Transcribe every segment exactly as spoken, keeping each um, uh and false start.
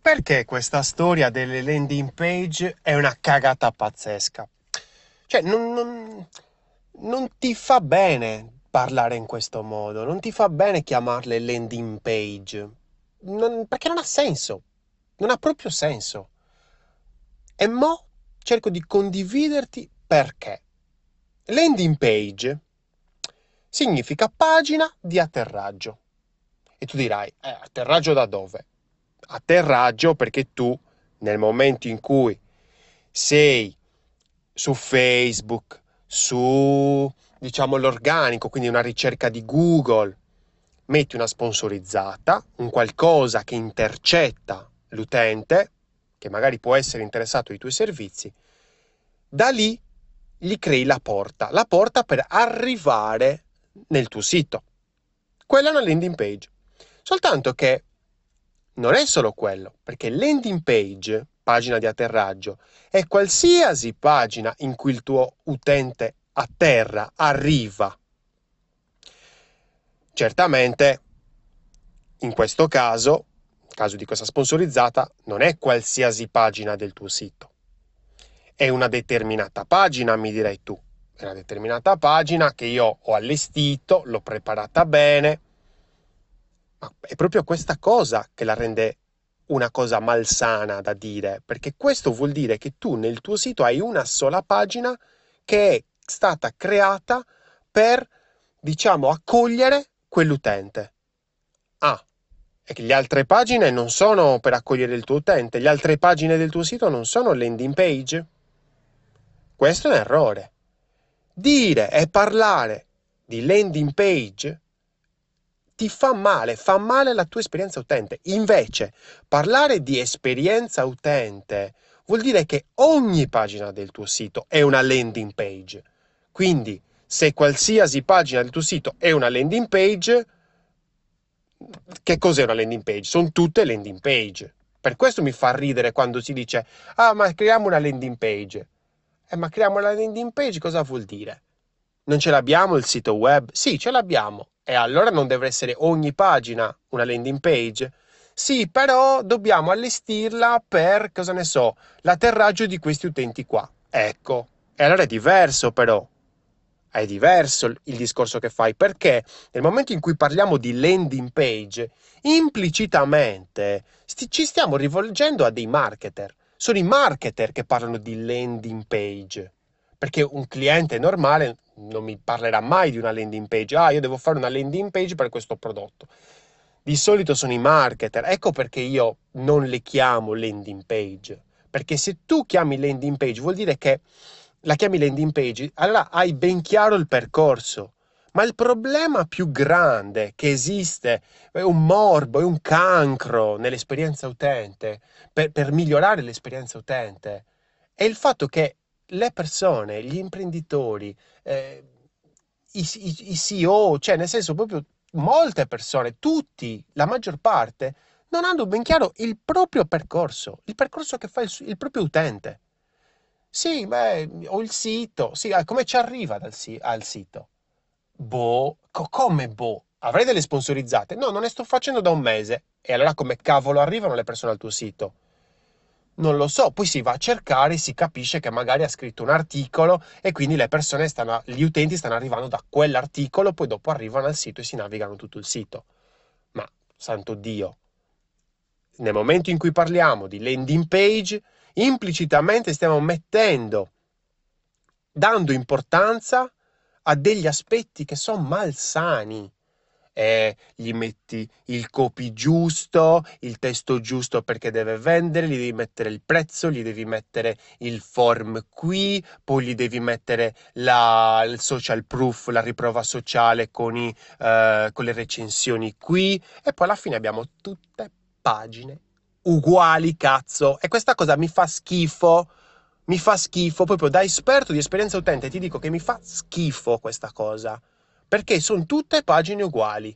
Perché questa storia delle landing page è una cagata pazzesca? Cioè, non, non- non ti fa bene parlare in questo modo, non ti fa bene chiamarle landing page, Non- perché non ha senso, non ha proprio senso. E mo cerco di condividerti perché. Landing page significa pagina di atterraggio. E tu dirai, eh, atterraggio da dove? Atterraggio perché tu, nel momento in cui sei su Facebook, su, diciamo, l'organico, quindi una ricerca di Google, metti una sponsorizzata, un qualcosa che intercetta l'utente, che magari può essere interessato ai tuoi servizi, da lì gli crei la porta, la porta per arrivare nel tuo sito. Quella è una landing page. Soltanto che non è solo quello, perché landing page, pagina di atterraggio, è qualsiasi pagina in cui il tuo utente atterra, arriva. Certamente, in questo caso, nel caso di questa sponsorizzata, non è qualsiasi pagina del tuo sito. È una determinata pagina, mi direi tu. È una determinata pagina che io ho allestito, l'ho preparata bene, ma è proprio questa cosa che la rende una cosa malsana da dire, perché questo vuol dire che tu nel tuo sito hai una sola pagina che è stata creata per, diciamo, accogliere quell'utente. Ah, e che le altre pagine non sono per accogliere il tuo utente, le altre pagine del tuo sito non sono landing page. Questo è un errore. Dire e parlare di landing page ti fa male, fa male la tua esperienza utente. Invece, parlare di esperienza utente vuol dire che ogni pagina del tuo sito è una landing page. Quindi, se qualsiasi pagina del tuo sito è una landing page, che cos'è una landing page? Sono tutte landing page. Per questo mi fa ridere quando si dice, ah, ma creiamo una landing page. Eh, ma creiamo una landing page cosa vuol dire? Non ce l'abbiamo il sito web? Sì, ce l'abbiamo. E allora non deve essere ogni pagina una landing page? Sì, però dobbiamo allestirla per, cosa ne so, l'atterraggio di questi utenti qua. Ecco. E allora è diverso però. È diverso il discorso che fai, perché nel momento in cui parliamo di landing page, implicitamente sti- ci stiamo rivolgendo a dei marketer. Sono i marketer che parlano di landing page, perché un cliente normale non mi parlerà mai di una landing page. Ah, io devo fare una landing page per questo prodotto. Di solito sono i marketer. Ecco perché io non le chiamo landing page. Perché se tu chiami landing page vuol dire che la chiami landing page, allora hai ben chiaro il percorso. Ma il problema più grande che esiste, è un morbo, è un cancro nell'esperienza utente, per, per migliorare l'esperienza utente, è il fatto che le persone, gli imprenditori, eh, i, i, i C E O, cioè nel senso proprio molte persone, tutti, la maggior parte, non hanno ben chiaro il proprio percorso, il percorso che fa il, il proprio utente. Sì, beh, ho il sito. Sì, ah, come ci arriva dal si- al sito? Boh, co- come boh? Avrei delle sponsorizzate? No, non ne sto facendo da un mese. E allora come cavolo arrivano le persone al tuo sito? Non lo so, poi si va a cercare e si capisce che magari ha scritto un articolo e quindi le persone stanno, gli utenti stanno arrivando da quell'articolo, poi dopo arrivano al sito e si navigano tutto il sito. Ma, santo Dio, nel momento in cui parliamo di landing page, implicitamente stiamo mettendo, dando importanza a degli aspetti che sono malsani. Eh, gli metti il copy giusto, il testo giusto perché deve vendere, gli devi mettere il prezzo, gli devi mettere il form qui, poi gli devi mettere la, il social proof, la riprova sociale con, i, eh, con le recensioni qui, e poi alla fine abbiamo tutte pagine uguali, cazzo. E questa cosa mi fa schifo. Mi fa schifo, proprio da esperto di esperienza utente ti dico che mi fa schifo questa cosa, perché sono tutte pagine uguali.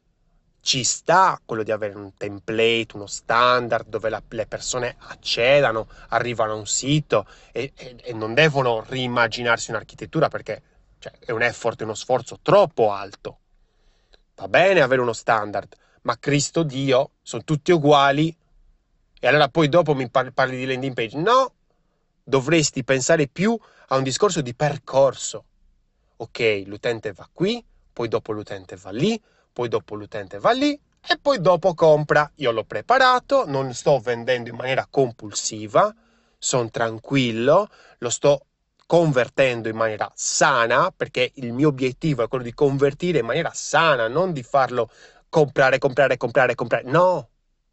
Ci sta quello di avere un template, uno standard dove la, le persone accedano, arrivano a un sito e, e, e non devono riimmaginarsi un'architettura perché cioè, è un effort, è uno sforzo troppo alto. Va bene avere uno standard, ma Cristo Dio, sono tutti uguali E allora poi dopo mi par- parli di landing page. No, dovresti pensare più a un discorso di percorso. Ok, l'utente va qui, poi dopo l'utente va lì, poi dopo l'utente va lì e poi dopo compra. Io l'ho preparato, non sto vendendo in maniera compulsiva, sono tranquillo, lo sto convertendo in maniera sana, perché il mio obiettivo è quello di convertire in maniera sana, non di farlo comprare, comprare, comprare, comprare. No,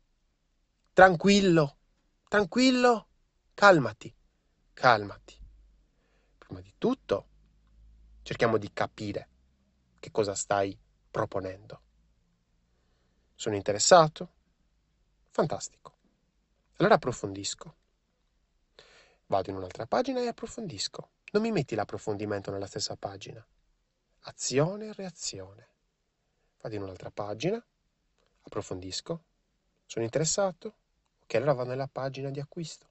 tranquillo, tranquillo, calmati, calmati. Prima di tutto, cerchiamo di capire che cosa stai proponendo. Sono interessato? Fantastico. Allora approfondisco. Vado in un'altra pagina e approfondisco. Non mi metti l'approfondimento nella stessa pagina. Azione e reazione. Vado in un'altra pagina, approfondisco. Sono interessato? Ok, allora vado nella pagina di acquisto.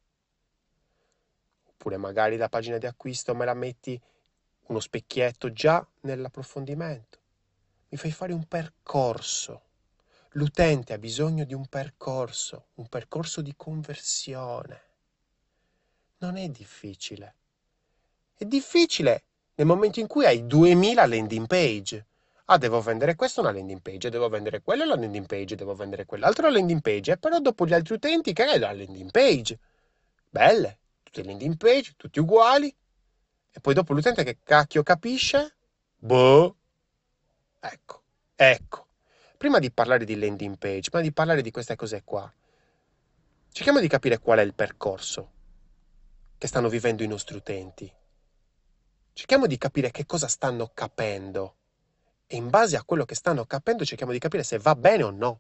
Oppure magari la pagina di acquisto me la metti uno specchietto già nell'approfondimento. Mi fai fare un percorso. L'utente ha bisogno di un percorso, un percorso di conversione. Non è difficile. È difficile nel momento in cui hai duemila landing page. Ah, devo vendere questa una landing page, devo vendere quella una landing page, devo vendere quell'altra una landing page, e però dopo gli altri utenti che è la landing page. Belle, tutte le landing page, tutti uguali. E poi dopo l'utente che cacchio capisce? Boh. Ecco, ecco. Prima di parlare di landing page, prima di parlare di queste cose qua, cerchiamo di capire qual è il percorso che stanno vivendo i nostri utenti. Cerchiamo di capire che cosa stanno capendo e in base a quello che stanno capendo cerchiamo di capire se va bene o no.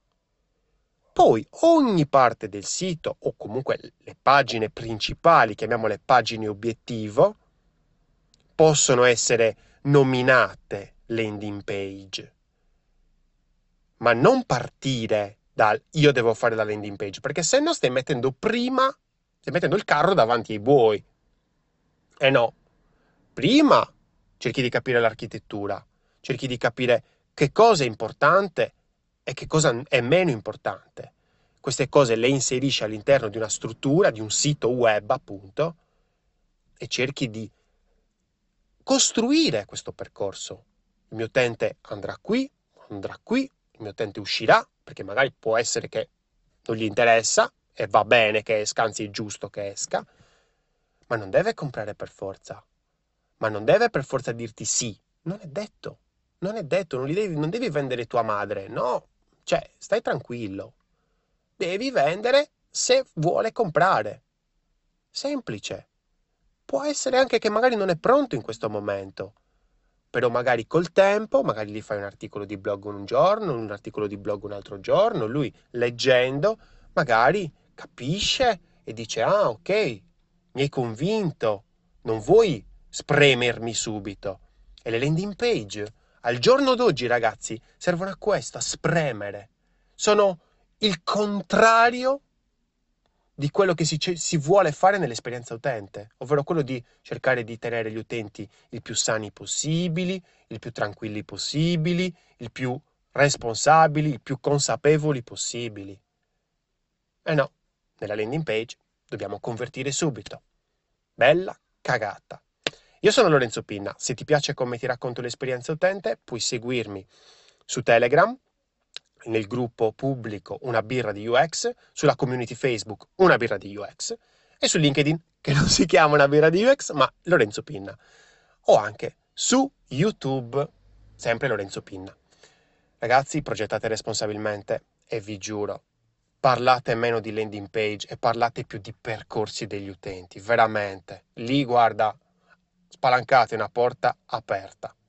Poi ogni parte del sito, o comunque le pagine principali, chiamiamole pagine obiettivo, possono essere nominate landing page, ma non partire dal io devo fare la landing page, perché se no stai mettendo prima, stai mettendo il carro davanti ai buoi. E no, prima cerchi di capire l'architettura, cerchi di capire che cosa è importante e che cosa è meno importante. Queste cose le inserisci all'interno di una struttura, di un sito web, appunto, e cerchi di costruire questo percorso. Il mio utente andrà qui, andrà qui, il mio utente uscirà, perché magari può essere che non gli interessa e va bene che esca, anzi è giusto che esca, ma non deve comprare per forza. Ma non deve per forza dirti sì. Non è detto. Non è detto, non, gli devi, non devi vendere tua madre, no. Cioè, stai tranquillo. Devi vendere se vuole comprare. Semplice. Può essere anche che magari non è pronto in questo momento, però magari col tempo, magari gli fai un articolo di blog un giorno, un articolo di blog un altro giorno, lui leggendo magari capisce e dice ah ok, mi hai convinto, non vuoi spremermi subito. E le landing page al giorno d'oggi, ragazzi, servono a questo, a spremere. Sono il contrario di quello che si, si vuole fare nell'esperienza utente, ovvero quello di cercare di tenere gli utenti il più sani possibili, il più tranquilli possibili, il più responsabili, il più consapevoli possibili. E no, nella landing page dobbiamo convertire subito. Bella cagata. Io sono Lorenzo Pinna, se ti piace come ti racconto l'esperienza utente, puoi seguirmi su Telegram, nel gruppo pubblico Una birra di U X, sulla community Facebook Una birra di U X e su LinkedIn, che non si chiama Una birra di U X, ma Lorenzo Pinna. O anche su YouTube, sempre Lorenzo Pinna. Ragazzi, progettate responsabilmente e vi giuro, parlate meno di landing page e parlate più di percorsi degli utenti, veramente. Lì, guarda, spalancate una porta aperta.